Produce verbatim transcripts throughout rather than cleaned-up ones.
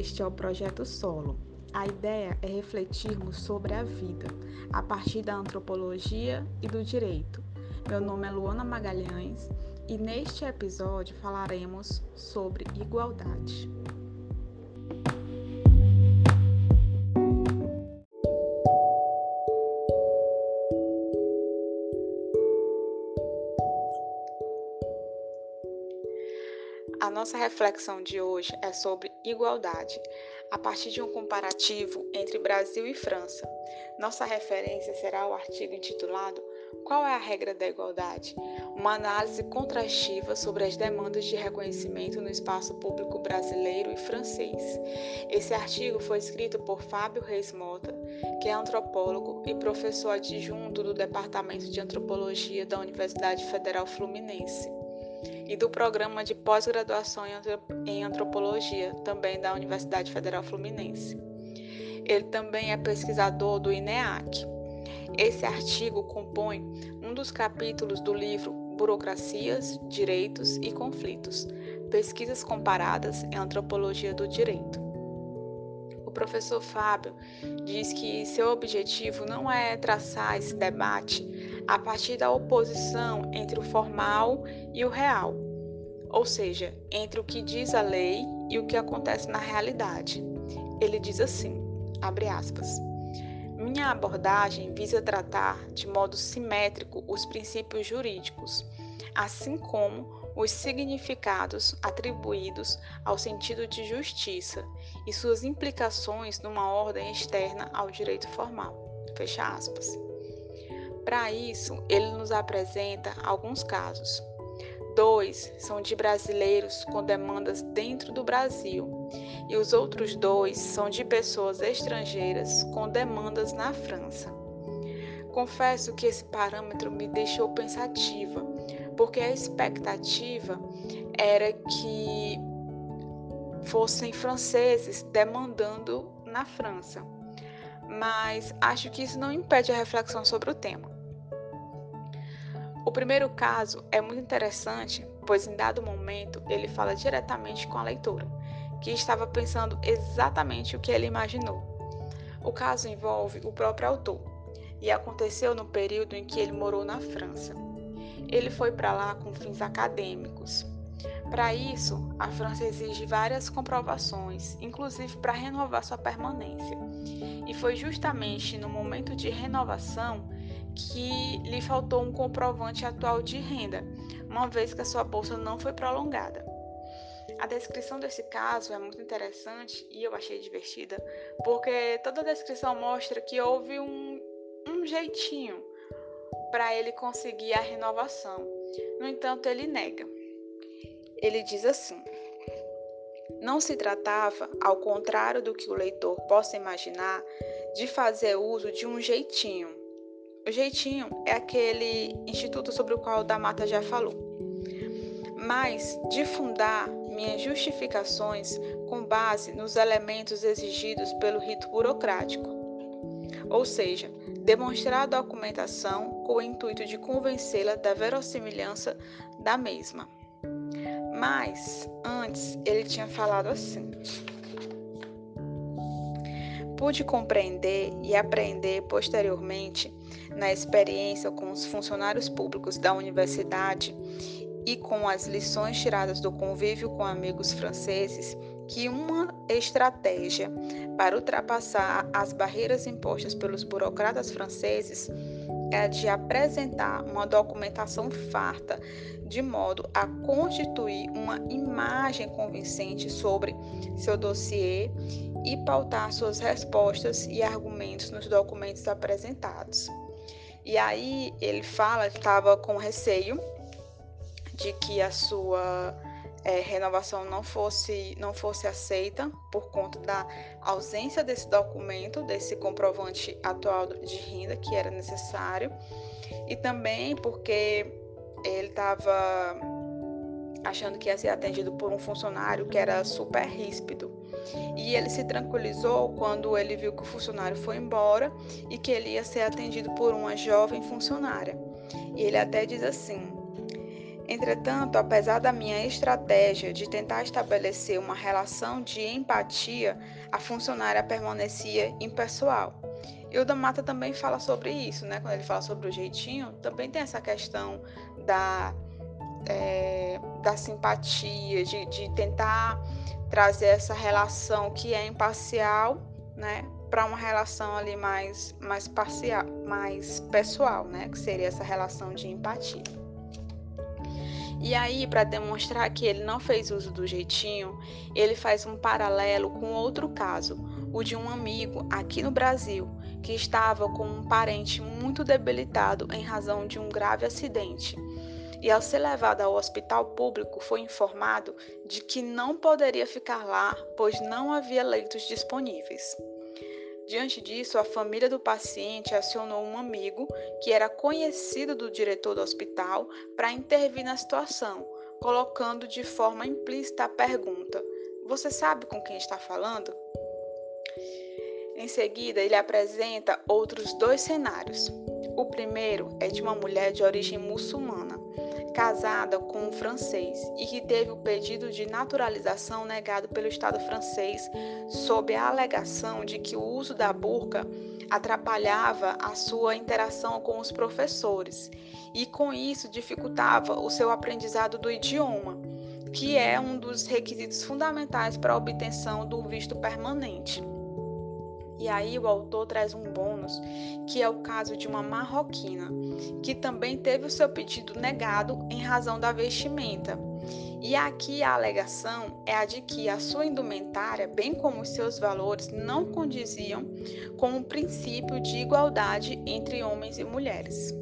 Este é o Projeto Solo. A ideia é refletirmos sobre a vida, a partir da antropologia e do direito. Meu nome é Luana Magalhães e neste episódio falaremos sobre igualdade. A nossa reflexão de hoje é sobre igualdade, a partir de um comparativo entre Brasil e França. Nossa referência será o artigo intitulado Qual é a regra da igualdade? Uma análise contrastiva sobre as demandas de reconhecimento no espaço público brasileiro e francês. Esse artigo foi escrito por Fábio Reis Mota, que é antropólogo e professor adjunto do Departamento de Antropologia da Universidade Federal Fluminense e do Programa de Pós-Graduação em Antropologia, também da Universidade Federal Fluminense. Ele também é pesquisador do INEAC. Esse artigo compõe um dos capítulos do livro Burocracias, Direitos e Conflitos, Pesquisas Comparadas em Antropologia do Direito. O professor Fábio diz que seu objetivo não é traçar esse debate a partir da oposição entre o formal e o real, ou seja, entre o que diz a lei e o que acontece na realidade. Ele diz assim, abre aspas, minha abordagem visa tratar de modo simétrico os princípios jurídicos, assim como os significados atribuídos ao sentido de justiça e suas implicações numa ordem externa ao direito formal. Fecha aspas. Para isso, ele nos apresenta alguns casos. Dois são de brasileiros com demandas dentro do Brasil e os outros dois são de pessoas estrangeiras com demandas na França. Confesso que esse parâmetro me deixou pensativa, porque a expectativa era que fossem franceses demandando na França, mas acho que isso não impede a reflexão sobre o tema. O primeiro caso é muito interessante, pois em dado momento ele fala diretamente com a leitora, que estava pensando exatamente o que ele imaginou. O caso envolve o próprio autor e aconteceu no período em que ele morou na França. Ele foi para lá com fins acadêmicos. Para isso, a França exige várias comprovações, inclusive para renovar sua permanência. E foi justamente no momento de renovação que lhe faltou um comprovante atual de renda, uma vez que a sua bolsa não foi prolongada. A descrição desse caso é muito interessante e eu achei divertida, porque toda a descrição mostra que houve um, um jeitinho para ele conseguir a renovação. No entanto, ele nega. Ele diz assim, não se tratava, ao contrário do que o leitor possa imaginar, de fazer uso de um jeitinho. O jeitinho é aquele instituto sobre o qual o Damata já falou, mas de fundar minhas justificações com base nos elementos exigidos pelo rito burocrático, ou seja, demonstrar a documentação com o intuito de convencê-la da verossimilhança da mesma. Mas, antes, ele tinha falado assim, pude compreender e aprender posteriormente, na experiência com os funcionários públicos da universidade e com as lições tiradas do convívio com amigos franceses, que uma estratégia para ultrapassar as barreiras impostas pelos burocratas franceses é a de apresentar uma documentação farta, de modo a constituir uma imagem convincente sobre seu dossiê e pautar suas respostas e argumentos nos documentos apresentados. E aí ele fala que estava com receio de que a sua é, renovação não fosse, não fosse aceita por conta da ausência desse documento, desse comprovante atual de renda que era necessário, e também porque ele estava achando que ia ser atendido por um funcionário que era super ríspido. E ele se tranquilizou quando ele viu que o funcionário foi embora e que ele ia ser atendido por uma jovem funcionária. E ele até diz assim, Entretanto, apesar da minha estratégia de tentar estabelecer uma relação de empatia, a funcionária permanecia impessoal. E o da Mata também fala sobre isso, né? Quando ele fala sobre o jeitinho, também tem essa questão da, é, da simpatia, de, de tentar trazer essa relação que é imparcial, né? Para uma relação ali mais, mais parcial, mais pessoal, né? Que seria essa relação de empatia. E aí, para demonstrar que ele não fez uso do jeitinho, ele faz um paralelo com outro caso, o de um amigo aqui no Brasil, que estava com um parente muito debilitado em razão de um grave acidente. E ao ser levado ao hospital público, foi informado de que não poderia ficar lá, pois não havia leitos disponíveis. Diante disso, a família do paciente acionou um amigo que era conhecido do diretor do hospital para intervir na situação, colocando de forma implícita a pergunta: "Você sabe com quem está falando?" Em seguida, ele apresenta outros dois cenários. O primeiro é de uma mulher de origem muçulmana, casada com um francês e que teve o pedido de naturalização negado pelo Estado francês sob a alegação de que o uso da burca atrapalhava a sua interação com os professores e com isso dificultava o seu aprendizado do idioma, que é um dos requisitos fundamentais para a obtenção do visto permanente. E aí o autor traz um bônus, que é o caso de uma marroquina, que também teve o seu pedido negado em razão da vestimenta. E aqui a alegação é a de que a sua indumentária, bem como os seus valores, não condiziam com o princípio de igualdade entre homens e mulheres.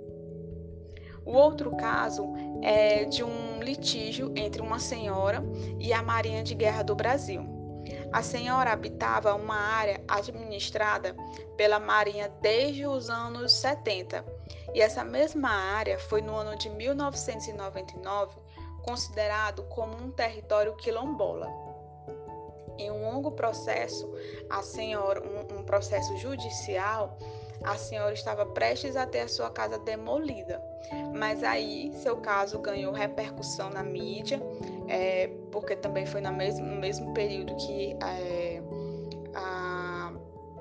O outro caso é de um litígio entre uma senhora e a Marinha de Guerra do Brasil. A senhora habitava uma área administrada pela Marinha desde os anos setenta, e essa mesma área foi no ano de mil novecentos e noventa e nove considerado como um território quilombola. Em um longo processo, a senhora, um, um processo judicial, a senhora estava prestes a ter a sua casa demolida, mas aí seu caso ganhou repercussão na mídia, é, porque também foi no mesmo, no mesmo período que é, a,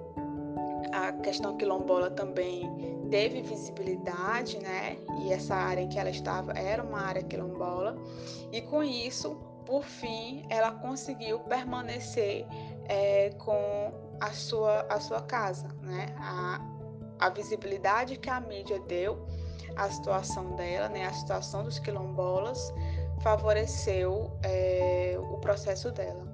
a questão quilombola também teve visibilidade, né? E essa área em que ela estava era uma área quilombola, e com isso, por fim, ela conseguiu permanecer é, com a sua, a sua casa, né? A, a visibilidade que a mídia deu à situação dela, né? A situação dos quilombolas, favoreceu é, o processo dela.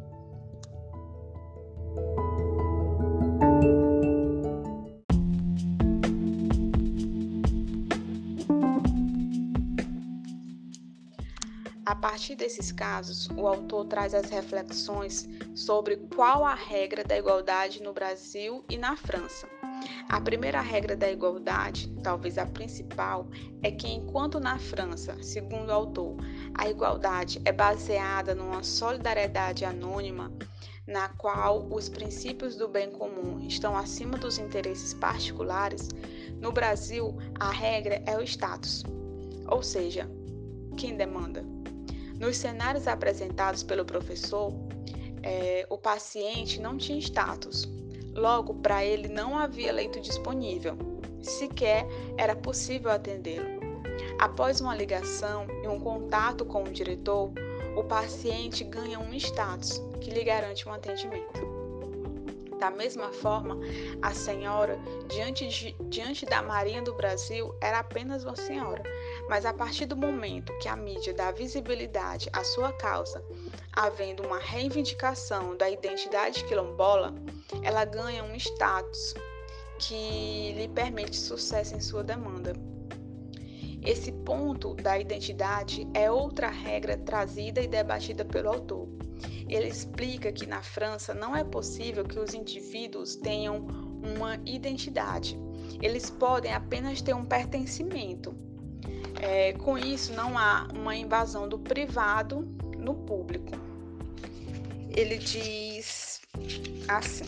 A partir desses casos, o autor traz as reflexões sobre qual a regra da igualdade no Brasil e na França. A primeira regra da igualdade, talvez a principal, é que enquanto na França, segundo o autor, a igualdade é baseada numa solidariedade anônima, na qual os princípios do bem comum estão acima dos interesses particulares, no Brasil a regra é o status, ou seja, quem demanda. Nos cenários apresentados pelo professor, é, o paciente não tinha status. Logo, para ele não havia leito disponível, sequer era possível atendê-lo. Após uma ligação e um contato com o diretor, o paciente ganha um status que lhe garante um atendimento. Da mesma forma, a senhora, diante, de, diante da Marinha do Brasil, era apenas uma senhora, mas a partir do momento que a mídia dá visibilidade à sua causa, havendo uma reivindicação da identidade quilombola, ela ganha um status que lhe permite sucesso em sua demanda. Esse ponto da identidade é outra regra trazida e debatida pelo autor. Ele explica que na França não é possível que os indivíduos tenham uma identidade. Eles podem apenas ter um pertencimento. É, com isso, não há uma invasão do privado no público. Ele diz assim: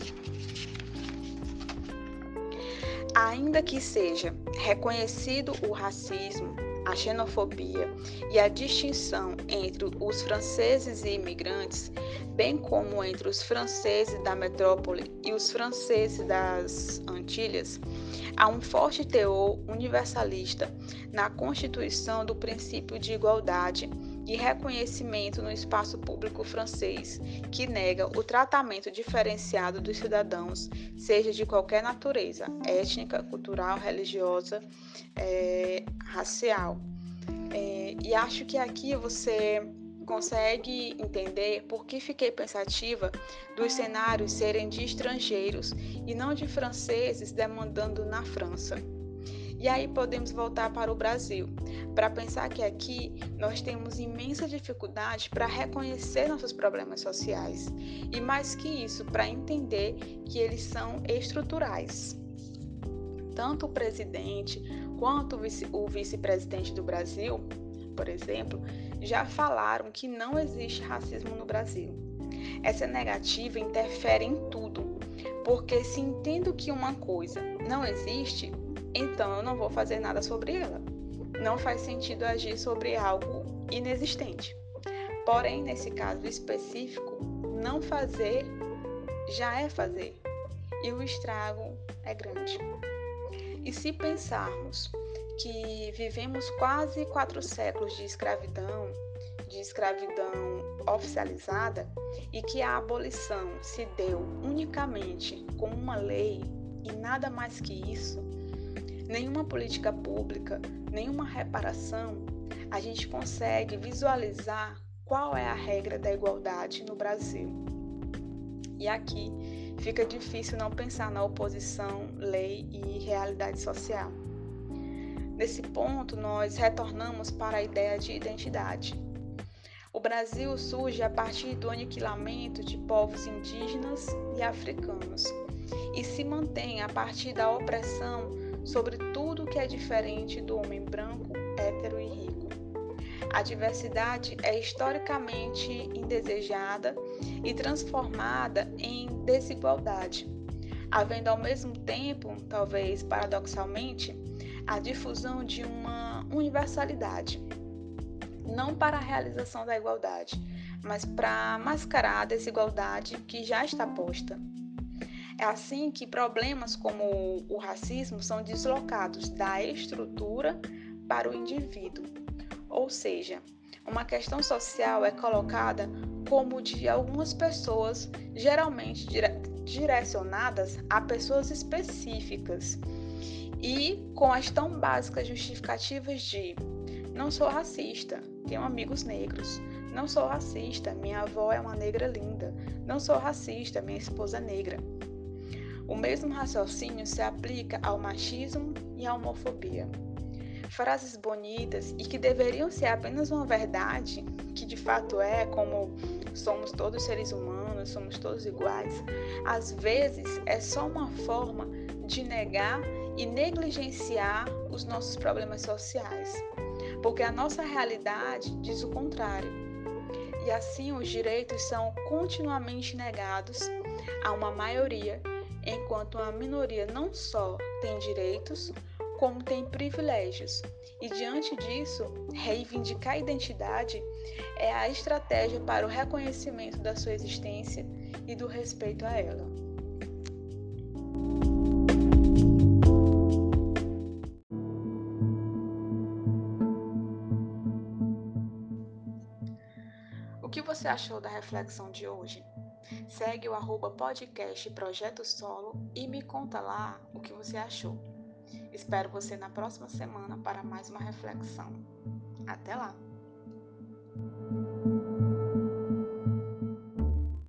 ainda que seja reconhecido o racismo, a xenofobia e a distinção entre os franceses e imigrantes, bem como entre os franceses da metrópole e os franceses das Antilhas, há um forte teor universalista na constituição do princípio de igualdade e reconhecimento no espaço público francês, que nega o tratamento diferenciado dos cidadãos, seja de qualquer natureza, étnica, cultural, religiosa, é, racial. É, e acho que aqui você consegue entender por que fiquei pensativa dos cenários serem de estrangeiros e não de franceses demandando na França. E aí podemos voltar para o Brasil, para pensar que aqui nós temos imensa dificuldade para reconhecer nossos problemas sociais e, mais que isso, para entender que eles são estruturais. Tanto o presidente quanto o vice-presidente do Brasil, por exemplo, já falaram que não existe racismo no Brasil. Essa negativa interfere em tudo, porque se entendo que uma coisa não existe, então eu não vou fazer nada sobre ela. Não faz sentido agir sobre algo inexistente. Porém, nesse caso específico, não fazer já é fazer, e o estrago é grande. E se pensarmos que vivemos quase quatro séculos de escravidão, de escravidão oficializada, e que a abolição se deu unicamente com uma lei e nada mais que isso, nenhuma política pública, nenhuma reparação, a gente consegue visualizar qual é a regra da igualdade no Brasil. E aqui fica difícil não pensar na oposição, lei e realidade social. Nesse ponto, nós retornamos para a ideia de identidade. O Brasil surge a partir do aniquilamento de povos indígenas e africanos e se mantém a partir da opressão sobre tudo que é diferente do homem branco, hétero e rico. A diversidade é historicamente indesejada e transformada em desigualdade, havendo ao mesmo tempo, talvez paradoxalmente, a difusão de uma universalidade, não para a realização da igualdade, mas para mascarar a desigualdade que já está posta. É assim que problemas como o racismo são deslocados da estrutura para o indivíduo, ou seja, uma questão social é colocada como de algumas pessoas, geralmente dire- direcionadas a pessoas específicas, e com as tão básicas justificativas de: não sou racista, tenho amigos negros. Não sou racista, minha avó é uma negra linda. Não sou racista, minha esposa é negra. O mesmo raciocínio se aplica ao machismo e à homofobia. Frases bonitas e que deveriam ser apenas uma verdade, que de fato é, como somos todos seres humanos, somos todos iguais, às vezes é só uma forma de negar e negligenciar os nossos problemas sociais, porque a nossa realidade diz o contrário. E assim os direitos são continuamente negados a uma maioria, enquanto a minoria não só tem direitos, como tem privilégios. E diante disso, reivindicar a identidade é a estratégia para o reconhecimento da sua existência e do respeito a ela. O que você achou da reflexão de hoje? Segue o arroba podcast Projeto Solo e me conta lá o que você achou. Espero você na próxima semana para mais uma reflexão. Até lá!